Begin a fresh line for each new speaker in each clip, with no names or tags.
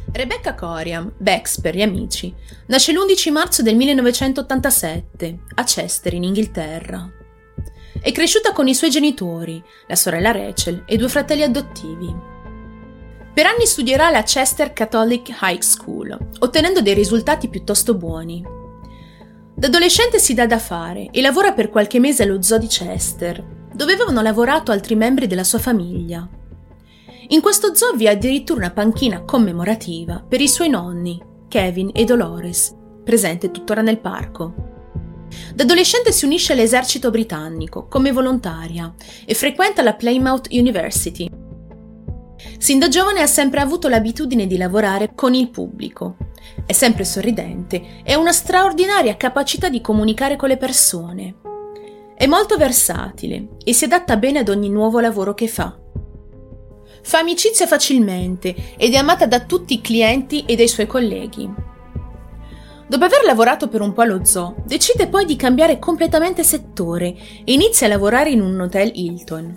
Rebecca Coriam, Bex per gli amici, nasce l'11 marzo del 1987 a Chester, in Inghilterra. È cresciuta con i suoi genitori, la sorella Rachel e 2 fratelli adottivi. Per anni studierà alla Chester Catholic High School, ottenendo dei risultati piuttosto buoni. Da adolescente si dà da fare e lavora per qualche mese allo zoo di Chester, dove avevano lavorato altri membri della sua famiglia. In questo zoo vi è addirittura una panchina commemorativa per i suoi nonni, Kevin e Dolores, presente tuttora nel parco. Da adolescente si unisce all'esercito britannico come volontaria e frequenta la Plymouth University. Sin da giovane ha sempre avuto l'abitudine di lavorare con il pubblico. È sempre sorridente e ha una straordinaria capacità di comunicare con le persone. È molto versatile e si adatta bene ad ogni nuovo lavoro che fa. Fa amicizia facilmente ed è amata da tutti i clienti e dai suoi colleghi. Dopo aver lavorato per un po' allo zoo, decide poi di cambiare completamente settore e inizia a lavorare in un hotel Hilton.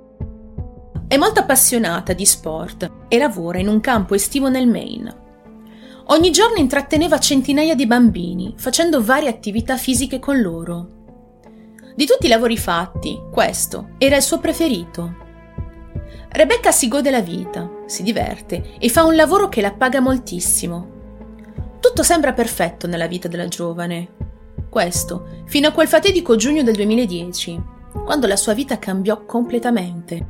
È molto appassionata di sport e lavora in un campo estivo nel Maine. Ogni giorno intratteneva centinaia di bambini, facendo varie attività fisiche con loro. Di tutti i lavori fatti, questo era il suo preferito. Rebecca si gode la vita, si diverte e fa un lavoro che la paga moltissimo. Tutto sembra perfetto nella vita della giovane. Questo fino a quel fatidico giugno del 2010, quando la sua vita cambiò completamente.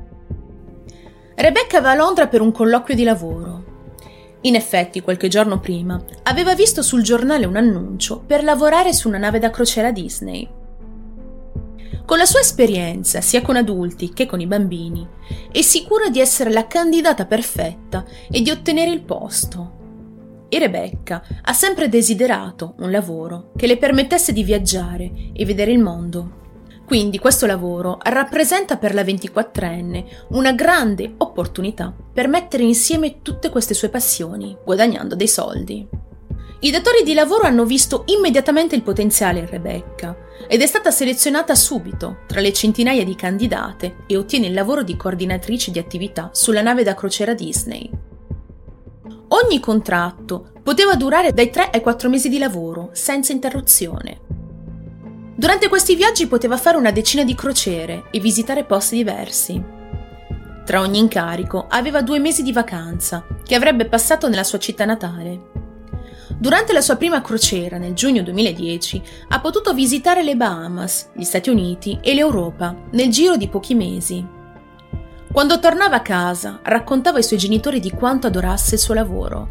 Rebecca va a Londra per un colloquio di lavoro. In effetti, qualche giorno prima, aveva visto sul giornale un annuncio per lavorare su una nave da crociera Disney. Con la sua esperienza, sia con adulti che con i bambini, è sicura di essere la candidata perfetta e di ottenere il posto. E Rebecca ha sempre desiderato un lavoro che le permettesse di viaggiare e vedere il mondo. Quindi questo lavoro rappresenta per la 24enne una grande opportunità per mettere insieme tutte queste sue passioni, guadagnando dei soldi. I datori di lavoro hanno visto immediatamente il potenziale in Rebecca ed è stata selezionata subito tra le centinaia di candidate e ottiene il lavoro di coordinatrice di attività sulla nave da crociera Disney. Ogni contratto poteva durare dai 3 ai 4 mesi di lavoro, senza interruzione. Durante questi viaggi poteva fare una decina di crociere e visitare posti diversi. Tra ogni incarico aveva 2 mesi di vacanza, che avrebbe passato nella sua città natale. Durante la sua prima crociera, nel giugno 2010, ha potuto visitare le Bahamas, gli Stati Uniti e l'Europa nel giro di pochi mesi. Quando tornava a casa, raccontava ai suoi genitori di quanto adorasse il suo lavoro.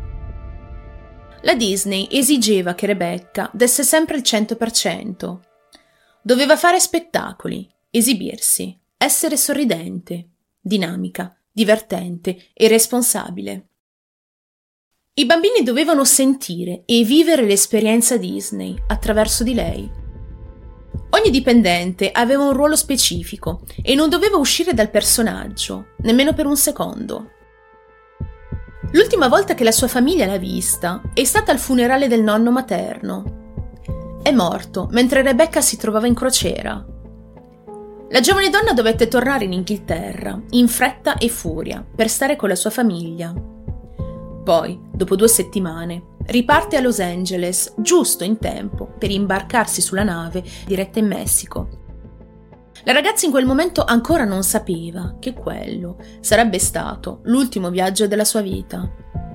La Disney esigeva che Rebecca desse sempre il 100%. Doveva fare spettacoli, esibirsi, essere sorridente, dinamica, divertente e responsabile. I bambini dovevano sentire e vivere l'esperienza Disney attraverso di lei. Ogni dipendente aveva un ruolo specifico e non doveva uscire dal personaggio, nemmeno per un secondo. L'ultima volta che la sua famiglia l'ha vista è stata al funerale del nonno materno. È morto mentre Rebecca si trovava in crociera. La giovane donna dovette tornare in Inghilterra, in fretta e furia, per stare con la sua famiglia. Poi, dopo 2 settimane, riparte a Los Angeles, giusto in tempo per imbarcarsi sulla nave diretta in Messico. La ragazza in quel momento ancora non sapeva che quello sarebbe stato l'ultimo viaggio della sua vita.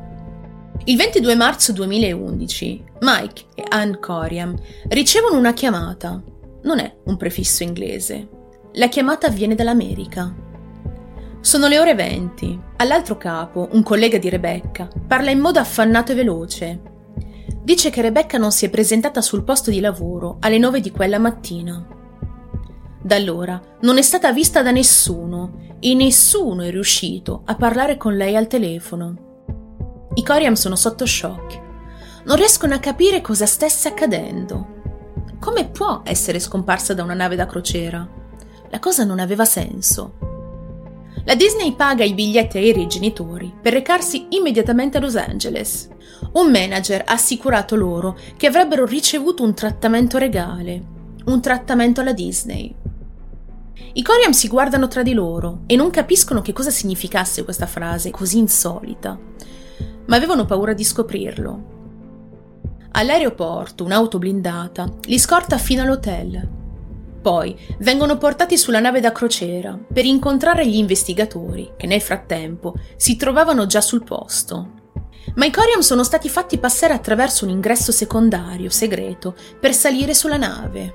Il 22 marzo 2011, Mike e Ann Coriam ricevono una chiamata. Non è un prefisso inglese. La chiamata viene dall'America. Sono le ore 20. All'altro capo, un collega di Rebecca parla in modo affannato e veloce. Dice che Rebecca non si è presentata sul posto di lavoro alle 9 di quella mattina. Da allora non è stata vista da nessuno e nessuno è riuscito a parlare con lei al telefono. I Coriam sono sotto shock. Non riescono a capire cosa stesse accadendo. Come può essere scomparsa da una nave da crociera? La cosa non aveva senso. La Disney paga i biglietti aerei ai genitori per recarsi immediatamente a Los Angeles. Un manager ha assicurato loro che avrebbero ricevuto un trattamento regale, un trattamento alla Disney. I Coriam si guardano tra di loro e non capiscono che cosa significasse questa frase così insolita. ma avevano paura di scoprirlo. All'aeroporto un'auto blindata li scorta fino all'hotel. Poi vengono portati sulla nave da crociera per incontrare gli investigatori che nel frattempo si trovavano già sul posto. Ma i Coriam sono stati fatti passare attraverso un ingresso secondario segreto per salire sulla nave.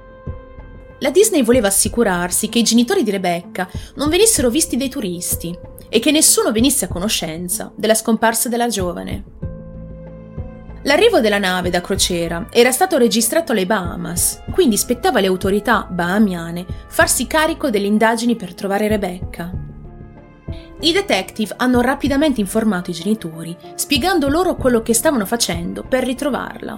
La Disney voleva assicurarsi che i genitori di Rebecca non venissero visti dai turisti e che nessuno venisse a conoscenza della scomparsa della giovane. L'arrivo della nave da crociera era stato registrato alle Bahamas, quindi spettava alle autorità bahamiane farsi carico delle indagini per trovare Rebecca. I detective hanno rapidamente informato i genitori, spiegando loro quello che stavano facendo per ritrovarla.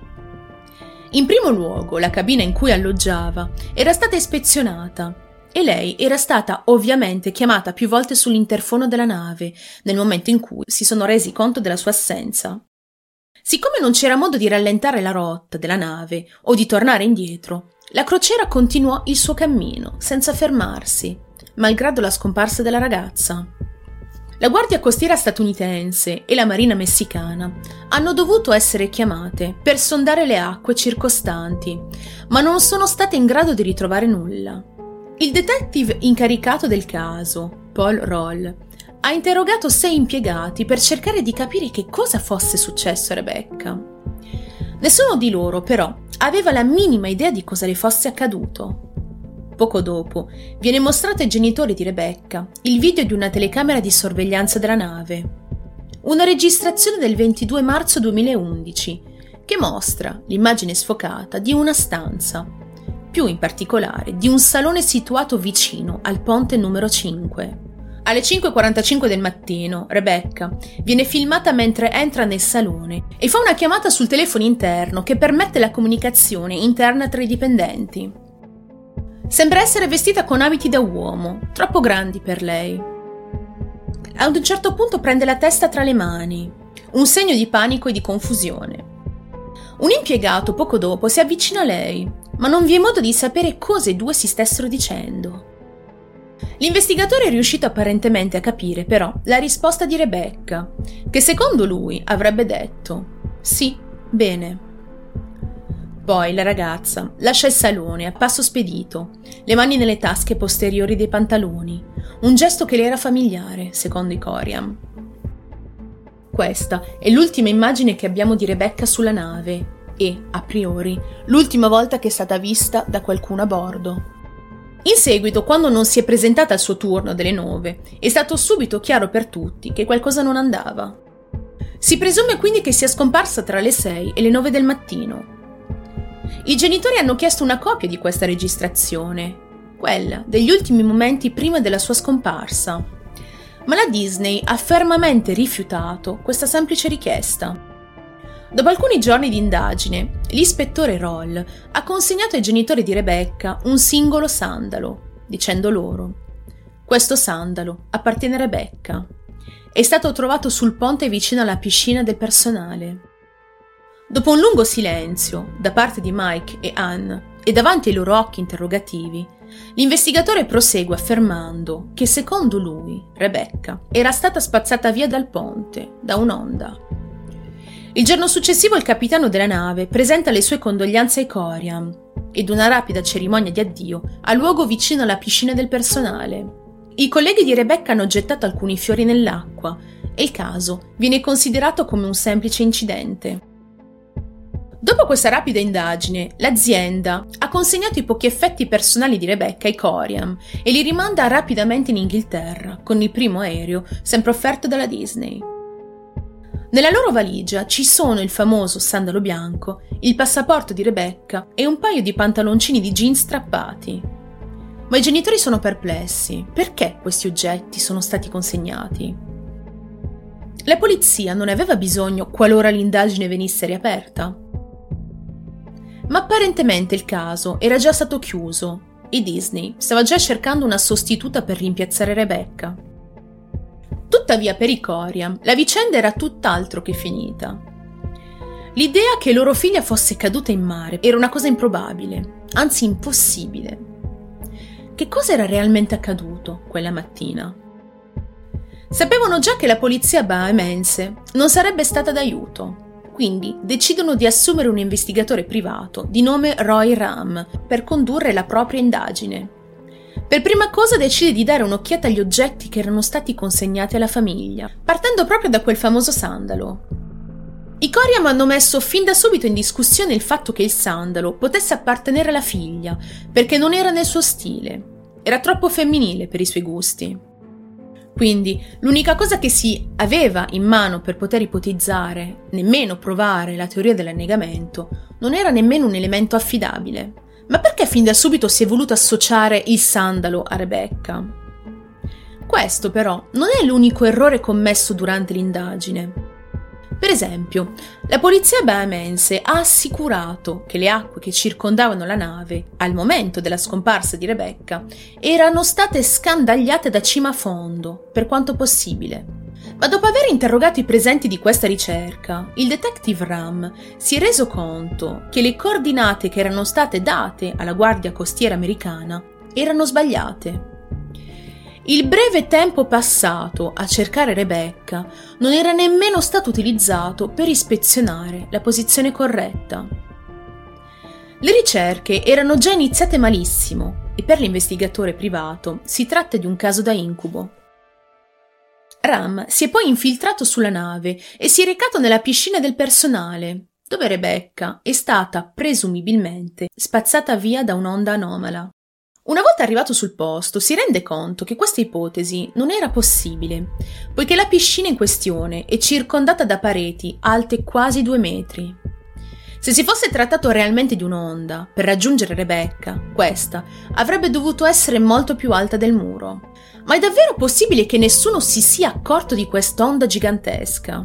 In primo luogo, la cabina in cui alloggiava era stata ispezionata e lei era stata ovviamente chiamata più volte sull'interfono della nave nel momento in cui si sono resi conto della sua assenza. Siccome non c'era modo di rallentare la rotta della nave o di tornare indietro, la crociera continuò il suo cammino senza fermarsi, malgrado la scomparsa della ragazza. La Guardia Costiera statunitense e la Marina messicana hanno dovuto essere chiamate per sondare le acque circostanti, ma non sono state in grado di ritrovare nulla. Il detective incaricato del caso, Paul Roll, ha interrogato 6 impiegati per cercare di capire che cosa fosse successo a Rebecca. Nessuno di loro, però, aveva la minima idea di cosa le fosse accaduto. Poco dopo, viene mostrato ai genitori di Rebecca il video di una telecamera di sorveglianza della nave. Una registrazione del 22 marzo 2011 che mostra l'immagine sfocata di una stanza, più in particolare di un salone situato vicino al ponte numero 5. Alle 5:45 del mattino, Rebecca viene filmata mentre entra nel salone e fa una chiamata sul telefono interno che permette la comunicazione interna tra i dipendenti. Sembra essere vestita con abiti da uomo, troppo grandi per lei. Ad un certo punto prende la testa tra le mani, un segno di panico e di confusione. Un impiegato poco dopo si avvicina a lei, ma non vi è modo di sapere cosa i due si stessero dicendo. L'investigatore è riuscito apparentemente a capire però la risposta di Rebecca, che secondo lui avrebbe detto «Sì, bene». Poi la ragazza lascia il salone a passo spedito, le mani nelle tasche posteriori dei pantaloni, un gesto che le era familiare, secondo i Coriam. Questa è l'ultima immagine che abbiamo di Rebecca sulla nave e, a priori, l'ultima volta che è stata vista da qualcuno a bordo. In seguito, quando non si è presentata al suo turno delle 9, è stato subito chiaro per tutti che qualcosa non andava. Si presume quindi che sia scomparsa tra le 6 e le 9 del mattino. I genitori hanno chiesto una copia di questa registrazione, quella degli ultimi momenti prima della sua scomparsa, ma la Disney ha fermamente rifiutato questa semplice richiesta. Dopo alcuni giorni di indagine, l'ispettore Roll ha consegnato ai genitori di Rebecca un singolo sandalo, dicendo loro: «Questo sandalo appartiene a Rebecca. È stato trovato sul ponte vicino alla piscina del personale». Dopo un lungo silenzio da parte di Mike e Anne e davanti ai loro occhi interrogativi, l'investigatore prosegue affermando che secondo lui Rebecca era stata spazzata via dal ponte da un'onda. Il giorno successivo il capitano della nave presenta le sue condoglianze ai Coriam ed una rapida cerimonia di addio ha luogo vicino alla piscina del personale. I colleghi di Rebecca hanno gettato alcuni fiori nell'acqua e il caso viene considerato come un semplice incidente. Dopo questa rapida indagine, l'azienda ha consegnato i pochi effetti personali di Rebecca ai Coriam e li rimanda rapidamente in Inghilterra con il primo aereo sempre offerto dalla Disney. Nella loro valigia ci sono il famoso sandalo bianco, il passaporto di Rebecca e un paio di pantaloncini di jeans strappati. Ma i genitori sono perplessi. Perché questi oggetti sono stati consegnati? La polizia non ne aveva bisogno qualora l'indagine venisse riaperta. Ma apparentemente il caso era già stato chiuso e Disney stava già cercando una sostituta per rimpiazzare Rebecca. Tuttavia per i Coriam la vicenda era tutt'altro che finita. L'idea che loro figlia fosse caduta in mare era una cosa improbabile, anzi impossibile. Che cosa era realmente accaduto quella mattina? Sapevano già che la polizia bahamense non sarebbe stata d'aiuto, quindi decidono di assumere un investigatore privato di nome Roy Ram per condurre la propria indagine. Per prima cosa decide di dare un'occhiata agli oggetti che erano stati consegnati alla famiglia, partendo proprio da quel famoso sandalo. I Coriam hanno messo fin da subito in discussione il fatto che il sandalo potesse appartenere alla figlia, perché non era nel suo stile, era troppo femminile per i suoi gusti. Quindi l'unica cosa che si aveva in mano per poter ipotizzare, nemmeno provare la teoria dell'annegamento, non era nemmeno un elemento affidabile. Ma perché fin da subito si è voluto associare il sandalo a Rebecca? Questo però non è l'unico errore commesso durante l'indagine. Per esempio, la polizia bahamense ha assicurato che le acque che circondavano la nave, al momento della scomparsa di Rebecca, erano state scandagliate da cima a fondo, per quanto possibile. Ma dopo aver interrogato i presenti di questa ricerca, il detective Ram si è reso conto che le coordinate che erano state date alla Guardia Costiera americana erano sbagliate. Il breve tempo passato a cercare Rebecca non era nemmeno stato utilizzato per ispezionare la posizione corretta. Le ricerche erano già iniziate malissimo e per l'investigatore privato si tratta di un caso da incubo. Ram si è poi infiltrato sulla nave e si è recato nella piscina del personale, dove Rebecca è stata presumibilmente spazzata via da un'onda anomala. Una volta arrivato sul posto, si rende conto che questa ipotesi non era possibile, poiché la piscina in questione è circondata da pareti alte quasi 2 metri. Se si fosse trattato realmente di un'onda, per raggiungere Rebecca, questa avrebbe dovuto essere molto più alta del muro. Ma è davvero possibile che nessuno si sia accorto di quest'onda gigantesca?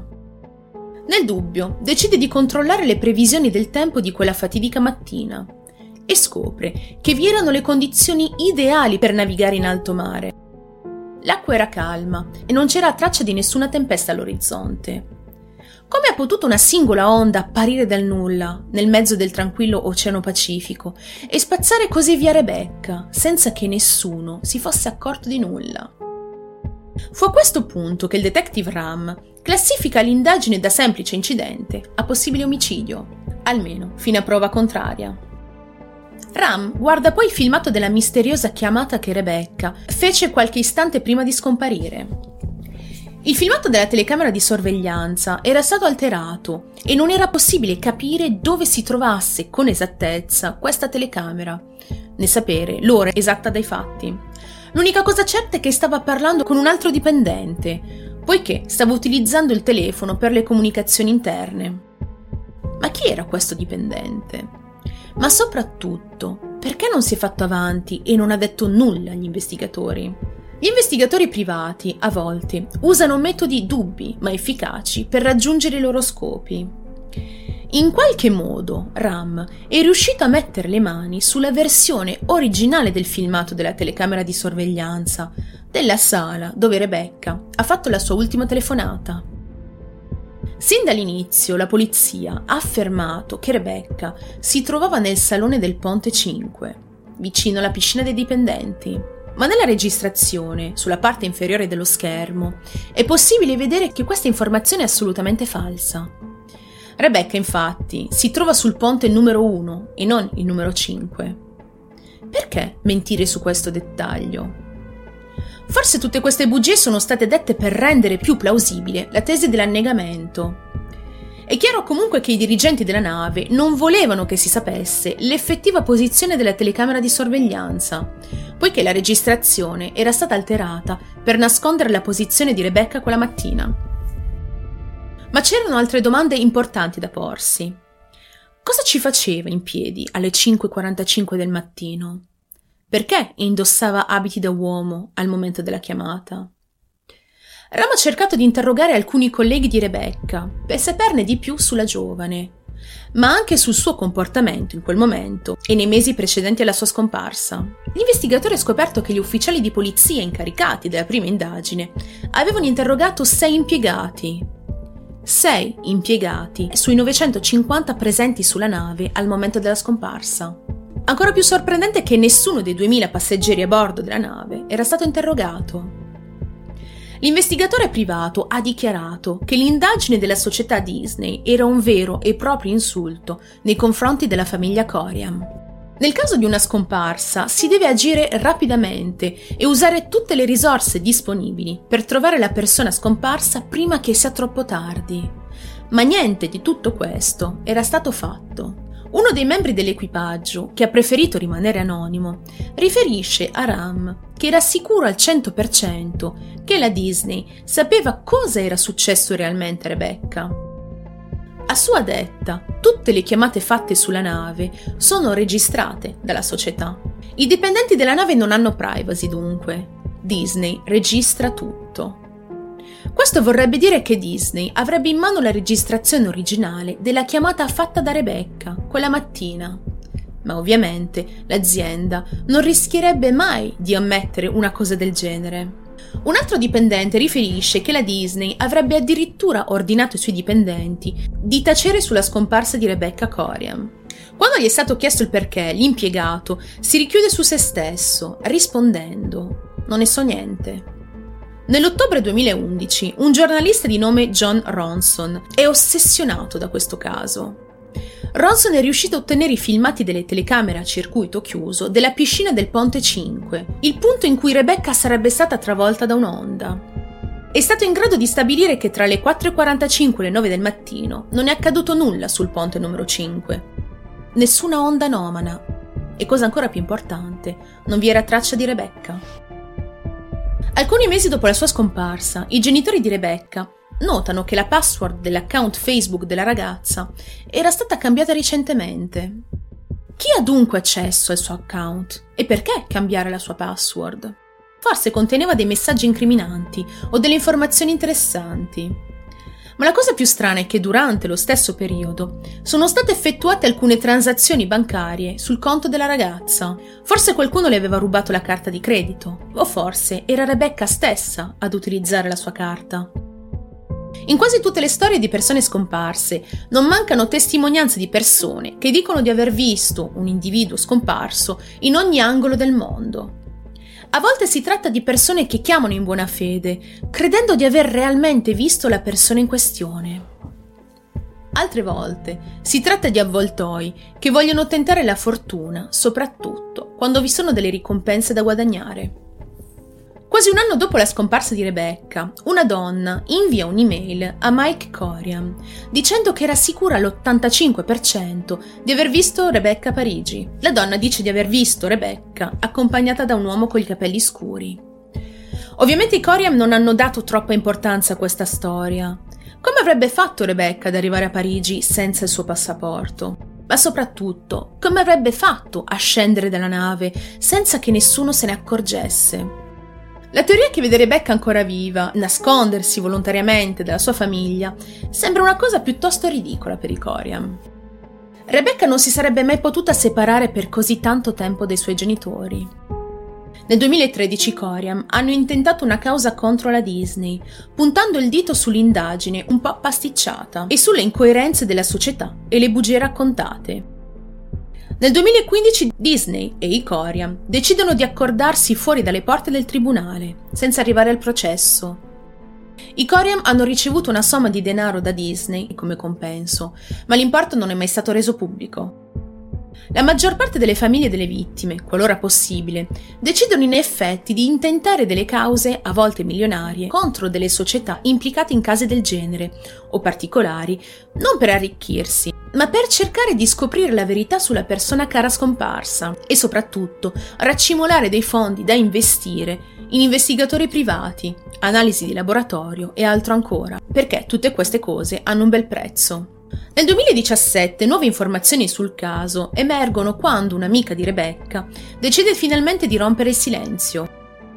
Nel dubbio, decide di controllare le previsioni del tempo di quella fatidica mattina e scopre che vi erano le condizioni ideali per navigare in alto mare. L'acqua era calma e non c'era traccia di nessuna tempesta all'orizzonte. Come ha potuto una singola onda apparire dal nulla, nel mezzo del tranquillo Oceano Pacifico, e spazzare così via Rebecca, senza che nessuno si fosse accorto di nulla? Fu a questo punto che il detective Ram classifica l'indagine da semplice incidente a possibile omicidio, almeno fino a prova contraria. Ram guarda poi il filmato della misteriosa chiamata che Rebecca fece qualche istante prima di scomparire. Il filmato della telecamera di sorveglianza era stato alterato e non era possibile capire dove si trovasse con esattezza questa telecamera, né sapere l'ora esatta dei fatti. L'unica cosa certa è che stava parlando con un altro dipendente, poiché stava utilizzando il telefono per le comunicazioni interne. Ma chi era questo dipendente? Ma soprattutto, perché non si è fatto avanti e non ha detto nulla agli investigatori? Gli investigatori privati, a volte, usano metodi dubbi ma efficaci per raggiungere i loro scopi. In qualche modo, Ram è riuscito a mettere le mani sulla versione originale del filmato della telecamera di sorveglianza, della sala dove Rebecca ha fatto la sua ultima telefonata. Sin dall'inizio la polizia ha affermato che Rebecca si trovava nel salone del Ponte 5, vicino alla piscina dei dipendenti. Ma nella registrazione, sulla parte inferiore dello schermo, è possibile vedere che questa informazione è assolutamente falsa. Rebecca, infatti, si trova sul ponte numero 1 e non il numero 5. Perché mentire su questo dettaglio? Forse tutte queste bugie sono state dette per rendere più plausibile la tesi dell'annegamento. È chiaro comunque che i dirigenti della nave non volevano che si sapesse l'effettiva posizione della telecamera di sorveglianza, poiché la registrazione era stata alterata per nascondere la posizione di Rebecca quella mattina. Ma c'erano altre domande importanti da porsi. Cosa ci faceva in piedi alle 5:45 del mattino? Perché indossava abiti da uomo al momento della chiamata? Ram ha cercato di interrogare alcuni colleghi di Rebecca per saperne di più sulla giovane, ma anche sul suo comportamento in quel momento e nei mesi precedenti alla sua scomparsa. L'investigatore ha scoperto che gli ufficiali di polizia incaricati della prima indagine avevano interrogato 6 impiegati. 6 impiegati sui 950 presenti sulla nave al momento della scomparsa. Ancora più sorprendente è che nessuno dei 2000 passeggeri a bordo della nave era stato interrogato. L'investigatore privato ha dichiarato che l'indagine della società Disney era un vero e proprio insulto nei confronti della famiglia Coriam. Nel caso di una scomparsa si deve agire rapidamente e usare tutte le risorse disponibili per trovare la persona scomparsa prima che sia troppo tardi. Ma niente di tutto questo era stato fatto. Uno dei membri dell'equipaggio, che ha preferito rimanere anonimo, riferisce a Ram che era sicuro al 100% che la Disney sapeva cosa era successo realmente a Rebecca. A sua detta, tutte le chiamate fatte sulla nave sono registrate dalla società. I dipendenti della nave non hanno privacy dunque. Disney registra tutto. Questo vorrebbe dire che Disney avrebbe in mano la registrazione originale della chiamata fatta da Rebecca quella mattina. Ma ovviamente l'azienda non rischierebbe mai di ammettere una cosa del genere. Un altro dipendente riferisce che la Disney avrebbe addirittura ordinato ai suoi dipendenti di tacere sulla scomparsa di Rebecca Coriam. Quando gli è stato chiesto il perché, l'impiegato si richiude su se stesso, rispondendo: "Non ne so niente". Nell'ottobre 2011, un giornalista di nome John Ronson è ossessionato da questo caso. Ronson è riuscito a ottenere i filmati delle telecamere a circuito chiuso della piscina del Ponte 5, il punto in cui Rebecca sarebbe stata travolta da un'onda. È stato in grado di stabilire che tra le 4:45 e le 9 del mattino non è accaduto nulla sul ponte numero 5. Nessuna onda anomala. E cosa ancora più importante, non vi era traccia di Rebecca. Alcuni mesi dopo la sua scomparsa, i genitori di Rebecca notano che la password dell'account Facebook della ragazza era stata cambiata recentemente. Chi ha dunque accesso al suo account e perché cambiare la sua password? Forse conteneva dei messaggi incriminanti o delle informazioni interessanti. Ma la cosa più strana è che durante lo stesso periodo sono state effettuate alcune transazioni bancarie sul conto della ragazza. Forse qualcuno le aveva rubato la carta di credito, o forse era Rebecca stessa ad utilizzare la sua carta. In quasi tutte le storie di persone scomparse non mancano testimonianze di persone che dicono di aver visto un individuo scomparso in ogni angolo del mondo. A volte si tratta di persone che chiamano in buona fede, credendo di aver realmente visto la persona in questione. Altre volte si tratta di avvoltoi che vogliono tentare la fortuna, soprattutto quando vi sono delle ricompense da guadagnare. Quasi un anno dopo la scomparsa di Rebecca, una donna invia un'email a Mike Coriam dicendo che era sicura all'85% di aver visto Rebecca a Parigi. La donna dice di aver visto Rebecca accompagnata da un uomo con i capelli scuri. Ovviamente i Coriam non hanno dato troppa importanza a questa storia. Come avrebbe fatto Rebecca ad arrivare a Parigi senza il suo passaporto? Ma soprattutto, come avrebbe fatto a scendere dalla nave senza che nessuno se ne accorgesse? La teoria che vede Rebecca ancora viva, nascondersi volontariamente dalla sua famiglia, sembra una cosa piuttosto ridicola per i Coriam. Rebecca non si sarebbe mai potuta separare per così tanto tempo dai suoi genitori. Nel 2013 i Coriam hanno intentato una causa contro la Disney, puntando il dito sull'indagine un po' pasticciata e sulle incoerenze della società e le bugie raccontate. Nel 2015 Disney e i Coriam decidono di accordarsi fuori dalle porte del tribunale, senza arrivare al processo. I Coriam hanno ricevuto una somma di denaro da Disney come compenso, ma l'importo non è mai stato reso pubblico. La maggior parte delle famiglie delle vittime, qualora possibile, decidono in effetti di intentare delle cause, a volte milionarie, contro delle società implicate in casi del genere, o particolari, non per arricchirsi, ma per cercare di scoprire la verità sulla persona cara scomparsa e soprattutto raccimolare dei fondi da investire in investigatori privati, analisi di laboratorio e altro ancora, perché tutte queste cose hanno un bel prezzo. Nel 2017 nuove informazioni sul caso emergono quando un'amica di Rebecca decide finalmente di rompere il silenzio.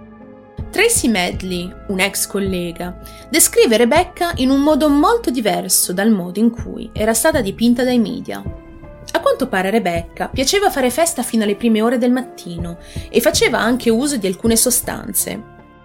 Tracy Medley, un'ex collega, descrive Rebecca in un modo molto diverso dal modo in cui era stata dipinta dai media. A quanto pare a Rebecca piaceva fare festa fino alle prime ore del mattino e faceva anche uso di alcune sostanze.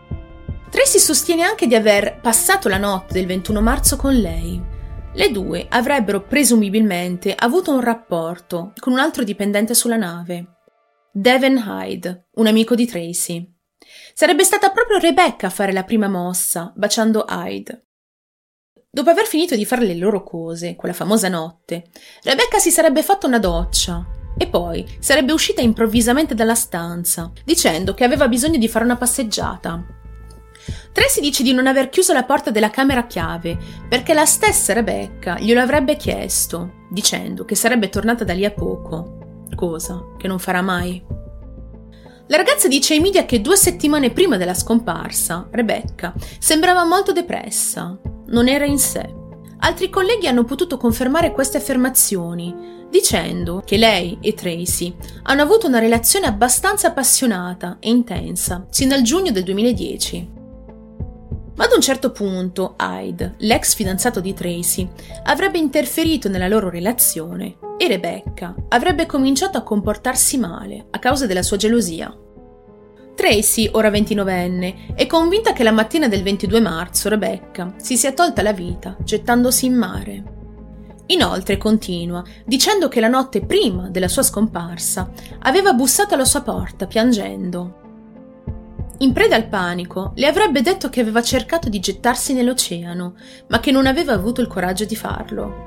Tracy sostiene anche di aver passato la notte del 21 marzo con lei. Le due avrebbero presumibilmente avuto un rapporto con un altro dipendente sulla nave, Devin Hyde, un amico di Tracy. Sarebbe stata proprio Rebecca a fare la prima mossa, baciando Hyde. Dopo aver finito di fare le loro cose, quella famosa notte, Rebecca si sarebbe fatta una doccia e poi sarebbe uscita improvvisamente dalla stanza, dicendo che aveva bisogno di fare una passeggiata. Tracy dice di non aver chiuso la porta della camera a chiave perché la stessa Rebecca glielo avrebbe chiesto, dicendo che sarebbe tornata da lì a poco, cosa che non farà mai. La ragazza dice ai media che 2 settimane prima della scomparsa, Rebecca sembrava molto depressa, non era in sé. Altri colleghi hanno potuto confermare queste affermazioni, dicendo che lei e Tracy hanno avuto una relazione abbastanza appassionata e intensa sino al giugno del 2010. Ma ad un certo punto Hyde, l'ex fidanzato di Tracy, avrebbe interferito nella loro relazione e Rebecca avrebbe cominciato a comportarsi male a causa della sua gelosia. Tracy, ora 29enne, è convinta che la mattina del 22 marzo Rebecca si sia tolta la vita gettandosi in mare. Inoltre continua, dicendo che la notte prima della sua scomparsa aveva bussato alla sua porta piangendo. In preda al panico, le avrebbe detto che aveva cercato di gettarsi nell'oceano, ma che non aveva avuto il coraggio di farlo.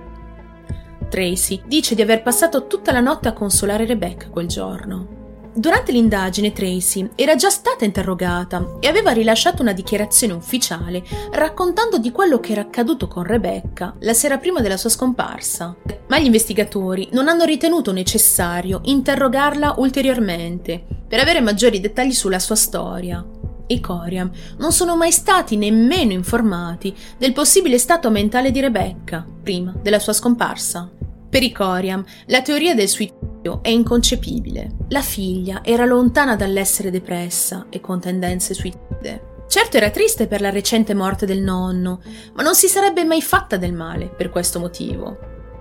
Tracy dice di aver passato tutta la notte a consolare Rebecca quel giorno. Durante l'indagine Tracy era già stata interrogata e aveva rilasciato una dichiarazione ufficiale raccontando di quello che era accaduto con Rebecca la sera prima della sua scomparsa. Ma gli investigatori non hanno ritenuto necessario interrogarla ulteriormente per avere maggiori dettagli sulla sua storia. I Coriam non sono mai stati nemmeno informati del possibile stato mentale di Rebecca prima della sua scomparsa. Per i Coriam la teoria del suicidio è inconcepibile. La figlia era lontana dall'essere depressa e con tendenze suicide. Certo era triste per la recente morte del nonno, ma non si sarebbe mai fatta del male per questo motivo.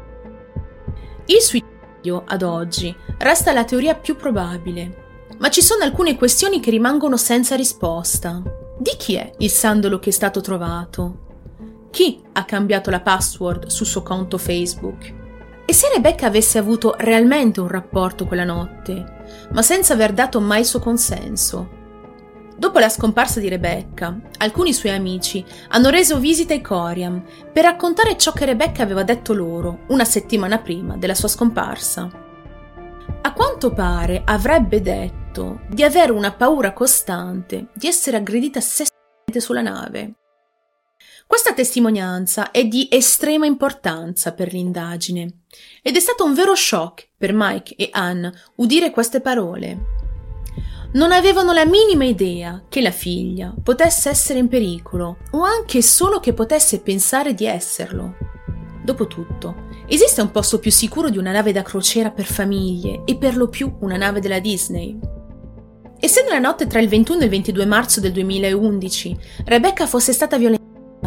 Il suicidio, ad oggi, resta la teoria più probabile, ma ci sono alcune questioni che rimangono senza risposta. Di chi è il sandalo che è stato trovato? Chi ha cambiato la password sul suo conto Facebook? E se Rebecca avesse avuto realmente un rapporto quella notte, ma senza aver dato mai il suo consenso? Dopo la scomparsa di Rebecca, alcuni suoi amici hanno reso visita ai Coriam per raccontare ciò che Rebecca aveva detto loro una settimana prima della sua scomparsa. A quanto pare avrebbe detto di avere una paura costante di essere aggredita sessualmente sulla nave. Questa testimonianza è di estrema importanza per l'indagine ed è stato un vero shock per Mike e Anne udire queste parole. Non avevano la minima idea che la figlia potesse essere in pericolo o anche solo che potesse pensare di esserlo. Dopotutto, esiste un posto più sicuro di una nave da crociera per famiglie e per lo più una nave della Disney? E se nella notte tra il 21 e il 22 marzo del 2011 Rebecca fosse stata violentata?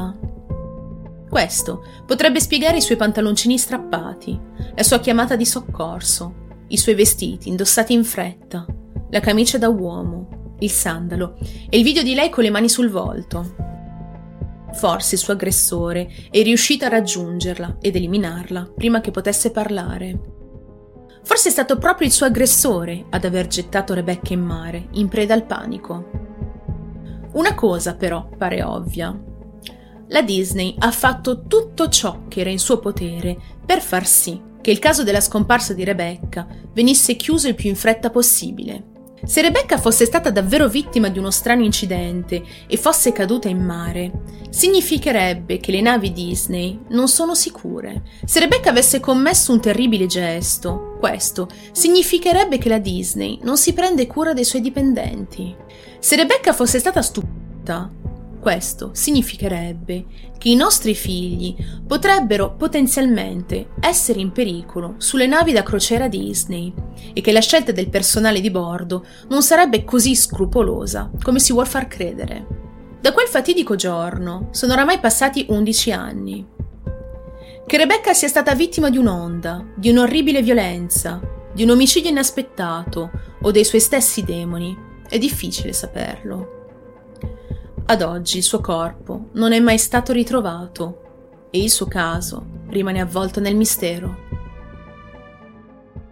Questo potrebbe spiegare i suoi pantaloncini strappati, la sua chiamata di soccorso, i suoi vestiti indossati in fretta, la camicia da uomo, il sandalo e il video di lei con le mani sul volto. Forse il suo aggressore è riuscito a raggiungerla ed eliminarla prima che potesse parlare. Forse è stato proprio il suo aggressore ad aver gettato Rebecca in mare, in preda al panico. Una cosa però pare ovvia. La Disney ha fatto tutto ciò che era in suo potere per far sì che il caso della scomparsa di Rebecca venisse chiuso il più in fretta possibile. Se Rebecca fosse stata davvero vittima di uno strano incidente e fosse caduta in mare, significherebbe che le navi Disney non sono sicure. Se Rebecca avesse commesso un terribile gesto, questo significherebbe che la Disney non si prende cura dei suoi dipendenti. Se Rebecca fosse stata stupita, questo significherebbe che i nostri figli potrebbero potenzialmente essere in pericolo sulle navi da crociera Disney e che la scelta del personale di bordo non sarebbe così scrupolosa come si vuol far credere. Da quel fatidico giorno sono oramai passati 11 anni. Che Rebecca sia stata vittima di un'onda, di un'orribile violenza, di un omicidio inaspettato o dei suoi stessi demoni è difficile saperlo. Ad oggi il suo corpo non è mai stato ritrovato e il suo caso rimane avvolto nel mistero.